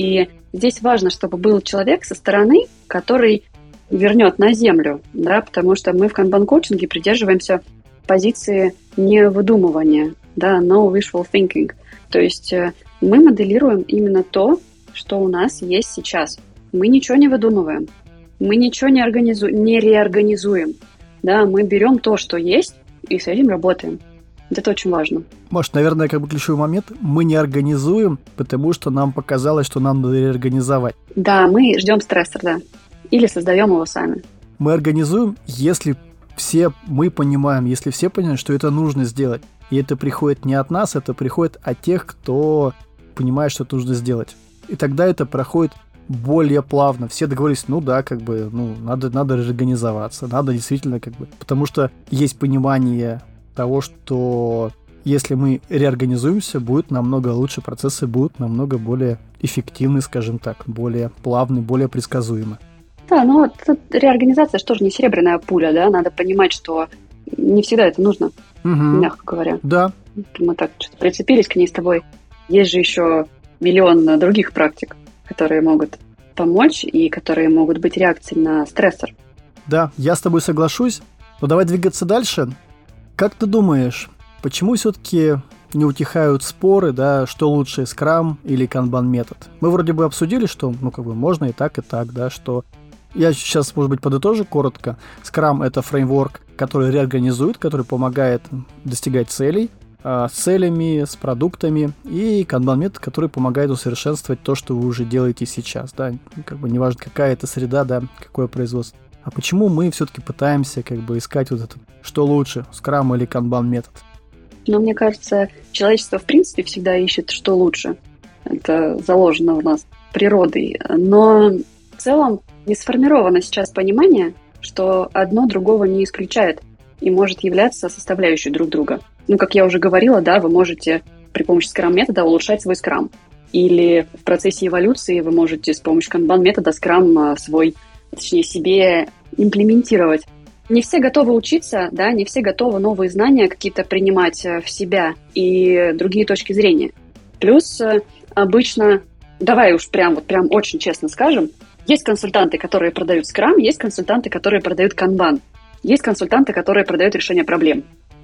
S2: здесь важно, чтобы был человек со стороны, который вернет на землю, да, потому что мы в канбан-коучинге придерживаемся позиции не выдумывания, да, no wishful thinking. То есть мы моделируем именно то, что у нас есть сейчас. Мы ничего не выдумываем, мы ничего не, организу... не реорганизуем, да, мы берем то, что есть, и с этим работаем. Это очень важно.
S1: Может, наверное, как бы ключевой момент, мы не организуем, потому что нам показалось, что нам надо реорганизовать.
S2: Да, мы ждем стрессор, да. Или создаем его сами.
S1: Мы организуем, если все мы понимаем, если все понимают, что это нужно сделать. И это приходит не от нас, это приходит от тех, кто понимает, что это нужно сделать. И тогда это проходит более плавно. Все договорились, ну да, как бы, ну, надо, надо организоваться, надо действительно, как бы, потому что есть понимание того, что если мы реорганизуемся, будет намного лучше, процессы будут намного более эффективны, скажем так, более плавны, более предсказуемы.
S2: Да, но вот тут реорганизация что же не серебряная пуля, да, надо понимать, что не всегда это нужно, угу. мягко говоря.
S1: Да.
S2: Мы так что-то прицепились к ней с тобой. Есть же еще миллион других практик, которые могут помочь и которые могут быть реакцией на стрессор.
S1: Да, я с тобой соглашусь, но давай двигаться дальше. Как ты думаешь, почему все-таки не утихают споры, да, что лучше, скрам или канбан-метод? Мы вроде бы обсудили, что, ну, как бы можно и так, и так, да, что... Я сейчас, может быть, подытожу коротко. Скрам — это фреймворк, который реорганизует, который помогает достигать целей, а, с целями, с продуктами, и канбан-метод, который помогает усовершенствовать то, что вы уже делаете сейчас, да, как бы неважно, какая это среда, да, какое производство. А почему мы все-таки пытаемся как бы искать вот это, что лучше, скрам или канбан-метод?
S2: Но мне кажется, человечество в принципе всегда ищет, что лучше. Это заложено в нас природой. Но в целом не сформировано сейчас понимание, что одно другого не исключает и может являться составляющей друг друга. Ну, как я уже говорила, да, вы можете при помощи скрам-метода улучшать свой скрам. Или в процессе эволюции вы можете с помощью канбан-метода скрам свой, точнее, себе имплементировать. Не все готовы учиться, да, не все готовы новые знания какие-то принимать в себя и другие точки зрения. Плюс обычно, давай уж прям, вот прям очень честно скажем, есть консультанты, которые продают скрам, есть консультанты, которые продают канбан, есть консультанты, которые продают решение проблем.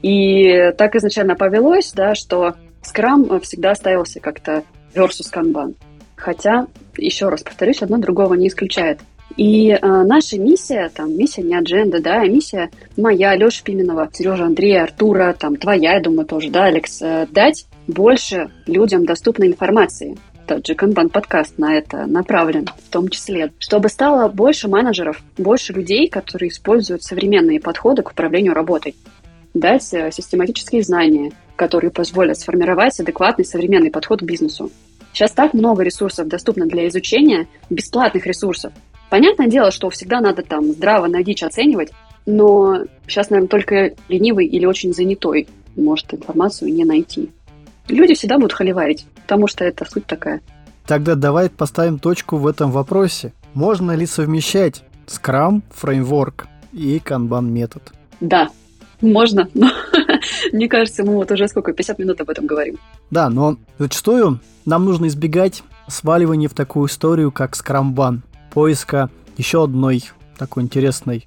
S2: И так изначально повелось, да, что скрам всегда ставился как-то versus канбан. Хотя, еще раз повторюсь, одно другого не исключает. И э, наша миссия, там, миссия не адженда, да, а миссия моя, Леши Пименова, Сережа, Андрея, Артура, там, твоя, я думаю, тоже, да, Алекс, э, дать больше людям доступной информации. Тот же канбан-подкаст на это направлен, в том числе, чтобы стало больше менеджеров, больше людей, которые используют современные подходы к управлению работой. Дать систематические знания, которые позволят сформировать адекватный современный подход к бизнесу. Сейчас так много ресурсов доступно для изучения, бесплатных ресурсов. Понятное дело, что всегда надо там здраво на дичь оценивать, но сейчас, наверное, только ленивый или очень занятой может информацию не найти. Люди всегда будут холиварить, потому что это суть такая.
S1: Тогда давай поставим точку в этом вопросе. Можно ли совмещать скрам, фреймворк и канбан-метод?
S2: Да, можно, но мне кажется, мы вот уже сколько, пятьдесят минут об этом говорим.
S1: Да, но зачастую нам нужно избегать сваливания в такую историю, как скрамбан. Поиска еще одной такой интересной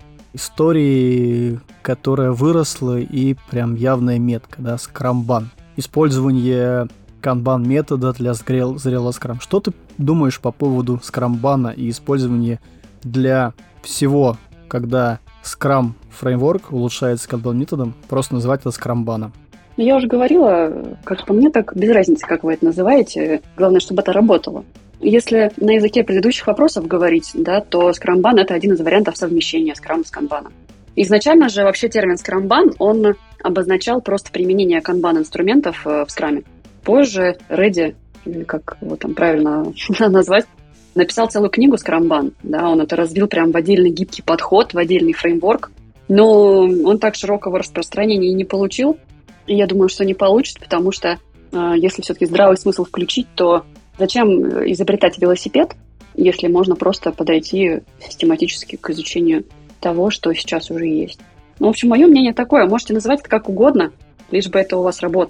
S1: истории, которая выросла и прям явная метка, да, скрамбан. Использование канбан-метода для зрел, зрелого скрам. Что ты думаешь по поводу скрамбана и использования для всего, когда скрам-фреймворк улучшается канбан-методом, просто называть это скрамбаном?
S2: Я уже говорила, как по мне, так без разницы, как вы это называете. Главное, чтобы это работало. Если на языке предыдущих вопросов говорить, да, то скрамбан – это один из вариантов совмещения скрама с канбаном. Изначально же вообще термин скрамбан, он обозначал просто применение канбан-инструментов в скраме. Позже Редди, или как его там правильно назвать, написал целую книгу «Скрамбан». Да, он это развил прям в отдельный гибкий подход, в отдельный фреймворк. Но он так широкого распространения и не получил. И я думаю, что не получит, потому что э, если все-таки здравый смысл включить, то зачем изобретать велосипед, если можно просто подойти систематически к изучению того, что сейчас уже есть. Ну, в общем, мое мнение такое. Можете называть это как угодно, лишь бы это у вас работало.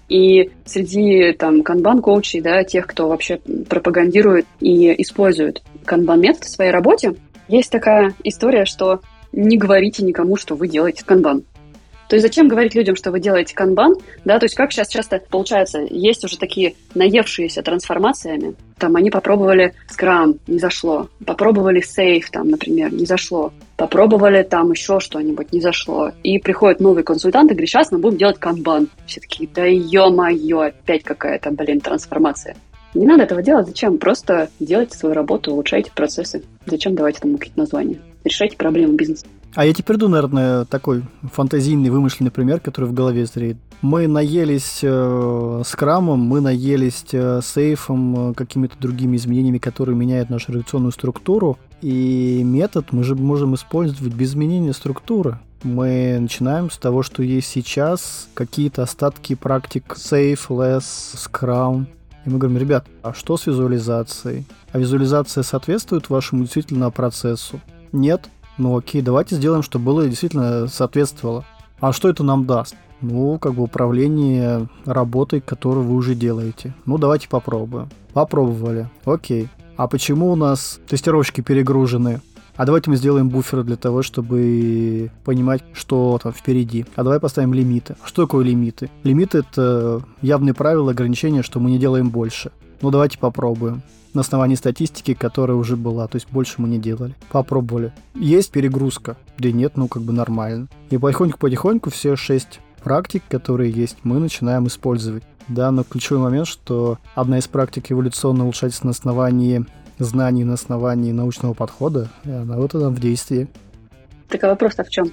S2: И среди там канбан-коучей, да, тех, кто вообще пропагандирует и использует канбан-метод в своей работе, есть такая история, что не говорите никому, что вы делаете канбан. То есть зачем говорить людям, что вы делаете канбан, да, то есть как сейчас часто получается, есть уже такие наевшиеся трансформациями, там они попробовали скрам, не зашло, попробовали сейф, там, например, не зашло, попробовали там еще что-нибудь, не зашло, и приходят новые консультанты, говорят, сейчас мы будем делать канбан. Все такие, да ё-моё, опять какая-то, блин, трансформация. Не надо этого делать, зачем? Просто делайте свою работу, улучшайте процессы. Зачем давать этому какие-то названия? Решайте проблемы бизнеса.
S1: А я теперь приду, наверное, такой фантазийный, вымышленный пример, который в голове зреет. Мы наелись э, скрамом, мы наелись э, сейфом, э, какими-то другими изменениями, которые меняют нашу реакционную структуру. И метод мы же можем использовать без изменения структуры. Мы начинаем с того, что есть сейчас, какие-то остатки практик Safe, Less, Scrum. И мы говорим, ребят, а что с визуализацией? А визуализация соответствует вашему действительно процессу? Нет? Ну окей, давайте сделаем, чтобы было действительно соответствовало. А что это нам даст? Ну, как бы управление работой, которую вы уже делаете. Ну, давайте попробуем. Попробовали. Окей. А почему у нас тестировщики перегружены? А давайте мы сделаем буферы для того, чтобы понимать, что там впереди. А давай поставим лимиты. Что такое лимиты? Лимиты — это явные правила, ограничения, что мы не делаем больше. Ну, давайте попробуем. На основании статистики, которая уже была. То есть больше мы не делали. Попробовали. Есть перегрузка? Да нет, ну как бы нормально. И потихоньку-потихоньку все шесть практик, которые есть, мы начинаем использовать. Да, но ключевой момент, что одна из практик эволюционно улучшается на основании знаний, на основании научного подхода, и она вот она в действии.
S2: Так а вопрос-то в чем?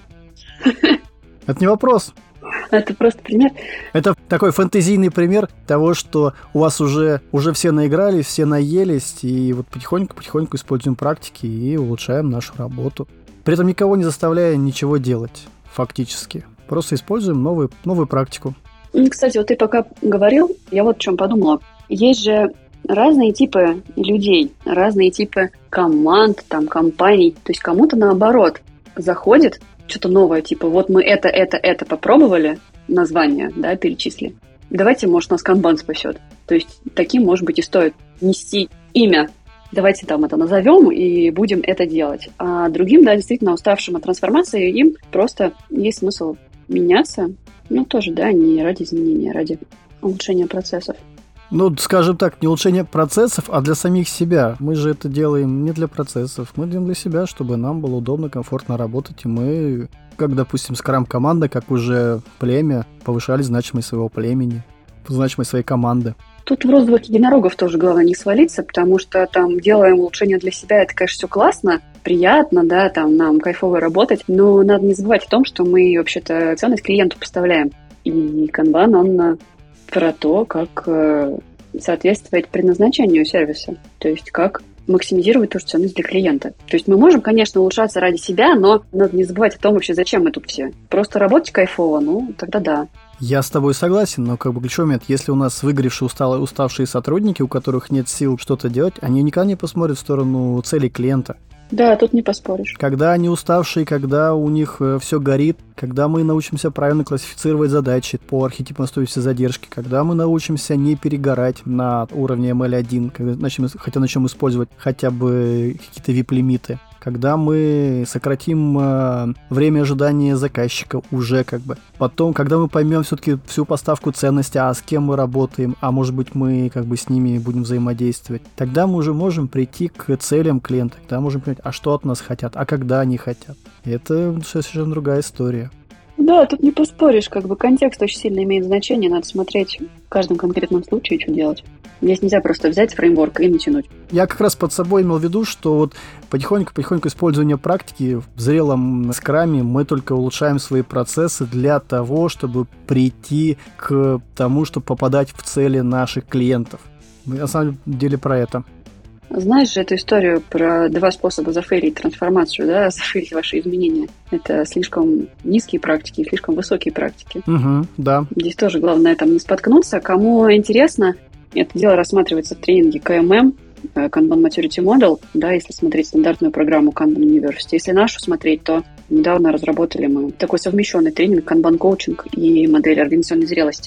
S1: Это не вопрос.
S2: Это просто пример.
S1: Это такой фэнтезийный пример того, что у вас уже, уже все наигрались, все наелись, и вот потихоньку-потихоньку используем практики и улучшаем нашу работу. При этом никого не заставляя ничего делать, фактически. Просто используем новую, новую практику.
S2: Кстати, вот ты пока говорил, я вот о чем подумала. Есть же разные типы людей, разные типы команд, там, компаний. То есть кому-то наоборот заходит что-то новое, типа вот мы это, это, это попробовали, название, да, перечислили. Давайте, может, нас канбан спасет. То есть таким, может быть, и стоит нести имя. Давайте там это назовем и будем это делать. А другим, да, действительно уставшим от трансформации, им просто есть смысл меняться. Ну, тоже, да, не ради изменения, а ради улучшения процессов.
S1: Ну, скажем так, не улучшение процессов, а для самих себя. Мы же это делаем не для процессов, мы делаем для себя, чтобы нам было удобно, комфортно работать. И мы, как, допустим, скрам-команда, как уже племя, повышали значимость своего племени, значимость своей команды.
S2: Тут в розовых единорогов тоже главное не свалиться, потому что там делаем улучшение для себя, это, конечно, все классно, приятно, да, там нам кайфово работать, но надо не забывать о том, что мы вообще-то ценность клиенту поставляем. И канбан, он про то, как соответствовать предназначению сервиса, то есть как максимизировать ту же ценность для клиента. То есть мы можем, конечно, улучшаться ради себя, но надо не забывать о том вообще, зачем мы тут все. Просто работать кайфово, ну, тогда да.
S1: Я с тобой согласен, но как бы ключевой момент, если у нас выгоревшие, усталые, уставшие сотрудники, у которых нет сил что-то делать, они никогда не посмотрят в сторону целей клиента.
S2: Да, тут не поспоришь.
S1: Когда они уставшие, когда у них э, все горит, когда мы научимся правильно классифицировать задачи по архетипам стоимости задержки, когда мы научимся не перегорать на уровне эм эл один, когда начнем, хотя начнем использовать хотя бы какие-то ви ай пи-лимиты, когда мы сократим э, время ожидания заказчика уже как бы. Потом, когда мы поймем все-таки всю поставку ценности, а с кем мы работаем, а может быть мы как бы с ними будем взаимодействовать, тогда мы уже можем прийти к целям клиента, тогда можем понять, а что от нас хотят, а когда они хотят. И это совершенно другая история.
S2: Да, тут не поспоришь, как бы контекст очень сильно имеет значение, надо смотреть в каждом конкретном случае, что делать. Здесь нельзя просто взять фреймворк и натянуть.
S1: Я как раз под собой имел в виду, что вот потихоньку-потихоньку использование практики в зрелом скраме мы только улучшаем свои процессы для того, чтобы прийти к тому, чтобы попадать в цели наших клиентов. На самом деле про это.
S2: Знаешь же эту историю про два способа зафейлить трансформацию, да, зафейлить ваши изменения. Это слишком низкие практики и слишком высокие практики.
S1: Угу, да.
S2: Здесь тоже главное на этом не споткнуться. Кому интересно, это дело рассматривается в тренинге ка эм эм, Kanban Maturity Model, да, если смотреть стандартную программу Kanban University. Если нашу смотреть, то недавно разработали мы такой совмещенный тренинг Kanban коучинг и модель организационной зрелости.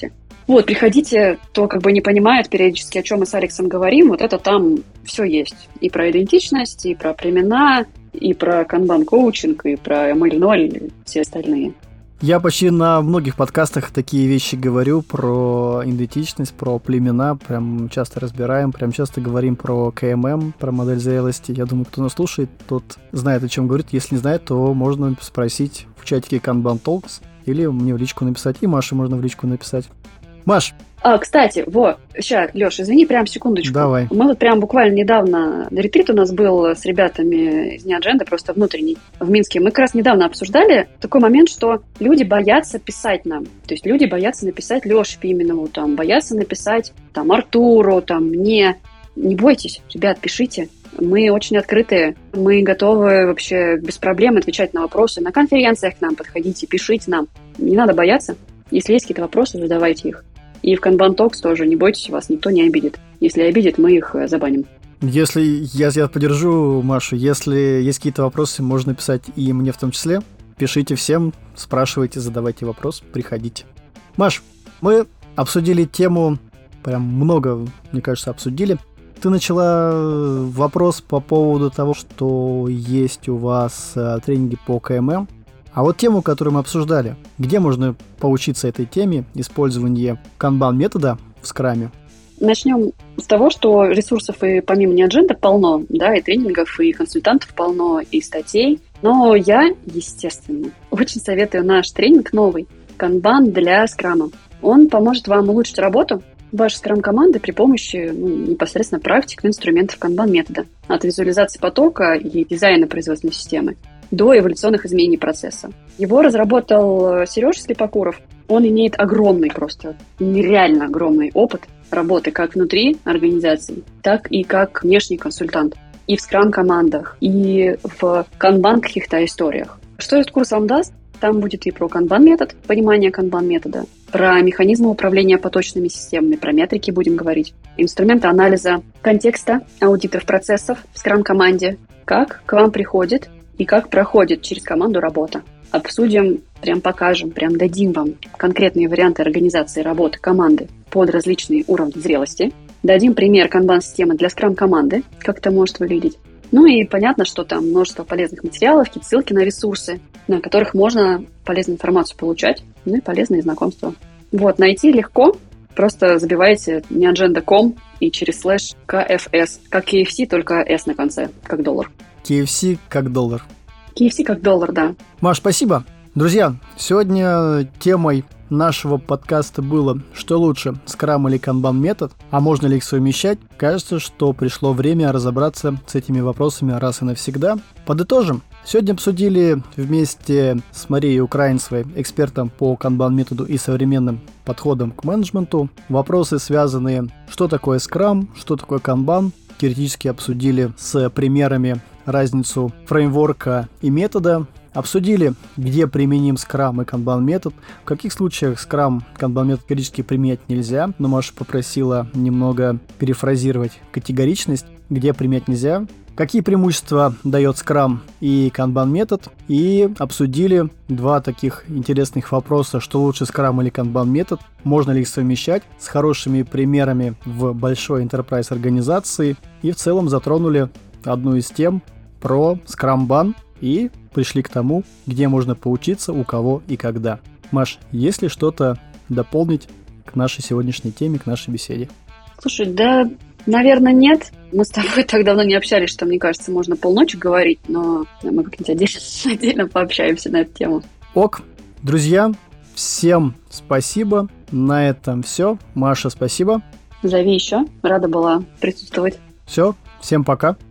S2: Вот, приходите, кто как бы не понимает периодически, о чем мы с Алексом говорим, вот это там все есть. И про идентичность, и про племена, и про канбан-коучинг, и про эм эл ноль, и все остальные.
S1: Я почти на многих подкастах такие вещи говорю про идентичность, про племена, прям часто разбираем, прям часто говорим про ка эм эм, про модель зрелости. Я думаю, кто нас слушает, тот знает, о чем говорит. Если не знает, то можно спросить в чатике Kanban Talks или мне в личку написать, и Маше можно в личку написать. Маш!
S2: А, кстати, вот, сейчас, Леш, извини, прям секундочку.
S1: Давай.
S2: Мы вот прям буквально недавно, ретрит у нас был с ребятами из Неадженды, просто внутренний, в Минске. Мы как раз недавно обсуждали такой момент, что люди боятся писать нам. То есть люди боятся написать Леше Пименову, там, боятся написать там Артуру, там, мне. Не бойтесь, ребят, пишите. Мы очень открытые, мы готовы вообще без проблем отвечать на вопросы. На конференциях к нам подходите, пишите нам. Не надо бояться. Если есть какие-то вопросы, задавайте их. И в Kanban Talks тоже, не бойтесь, вас никто не обидит. Если обидит, мы их забаним.
S1: Если я, я поддержу Машу, если есть какие-то вопросы, можно писать и мне в том числе. Пишите всем, спрашивайте, задавайте вопрос, приходите. Маш, мы обсудили тему, прям много, мне кажется, обсудили. Ты начала вопрос по поводу того, что есть у вас тренинги по ка эм эм. А вот тему, которую мы обсуждали, где можно поучиться этой теме, использование канбан-метода в скраме?
S2: Начнем с того, что ресурсов и помимо Неадженда полно, да, и тренингов, и консультантов полно, и статей. Но я, естественно, очень советую наш тренинг новый «Канбан для скрама». Он поможет вам улучшить работу вашей скрам-команды при помощи ну, непосредственно практик и инструментов канбан-метода. От визуализации потока и дизайна производственной системы до эволюционных изменений процесса. Его разработал Сережа Слепокуров. Он имеет огромный, просто нереально огромный опыт работы как внутри организации, так и как внешний консультант. И в скрам-командах, и в канбан каких-то историях. Что этот курс вам даст? Там будет и про канбан-метод, понимание канбан-метода, про механизмы управления поточными системами, про метрики будем говорить, инструменты анализа контекста, аудитов процессов в скрам-команде, как к вам приходит и как проходит через команду работа. Обсудим, прям покажем, прям дадим вам конкретные варианты организации работы команды под различные уровни зрелости. Дадим пример канбан-системы для скрам-команды, как это может выглядеть. Ну и понятно, что там множество полезных материалов, какие-то ссылки на ресурсы, на которых можно полезную информацию получать, ну и полезные знакомства. Вот, найти легко. Просто забивайте неадженда точка ком и через слэш ка эф эс, как кей эф си, только S на конце, как доллар.
S1: кей эф си как доллар.
S2: кей эф си как доллар, да.
S1: Маш, спасибо. Друзья, сегодня темой нашего подкаста было, что лучше, скрам или канбан-метод, а можно ли их совмещать. Кажется, что пришло время разобраться с этими вопросами раз и навсегда. Подытожим. Сегодня обсудили вместе с Марией Украинцевой, экспертом по канбан-методу и современным подходам к менеджменту, вопросы, связанные, что такое скрам, что такое канбан. Теоретически обсудили с примерами разницу фреймворка и метода. Обсудили, где применим скрам и канбан-метод, в каких случаях скрам, канбан-метод категорически применять нельзя, но Маша попросила немного перефразировать категоричность, где применять нельзя, какие преимущества дает скрам и канбан-метод, и обсудили два таких интересных вопроса, что лучше скрам или канбан-метод, можно ли их совмещать с хорошими примерами в большой enterprise организации, и в целом затронули одну из тем про скрамбан, и пришли к тому, где можно поучиться, у кого и когда. Маш, есть ли что-то дополнить к нашей сегодняшней теме, к нашей беседе?
S2: Слушай, да, наверное, нет. Мы с тобой так давно не общались, что, мне кажется, можно полночи говорить, но мы как-нибудь отдельно, отдельно пообщаемся на эту тему.
S1: Ок. Друзья, всем спасибо. На этом все. Маша, спасибо.
S2: Зови еще. Рада была присутствовать.
S1: Все. Всем пока.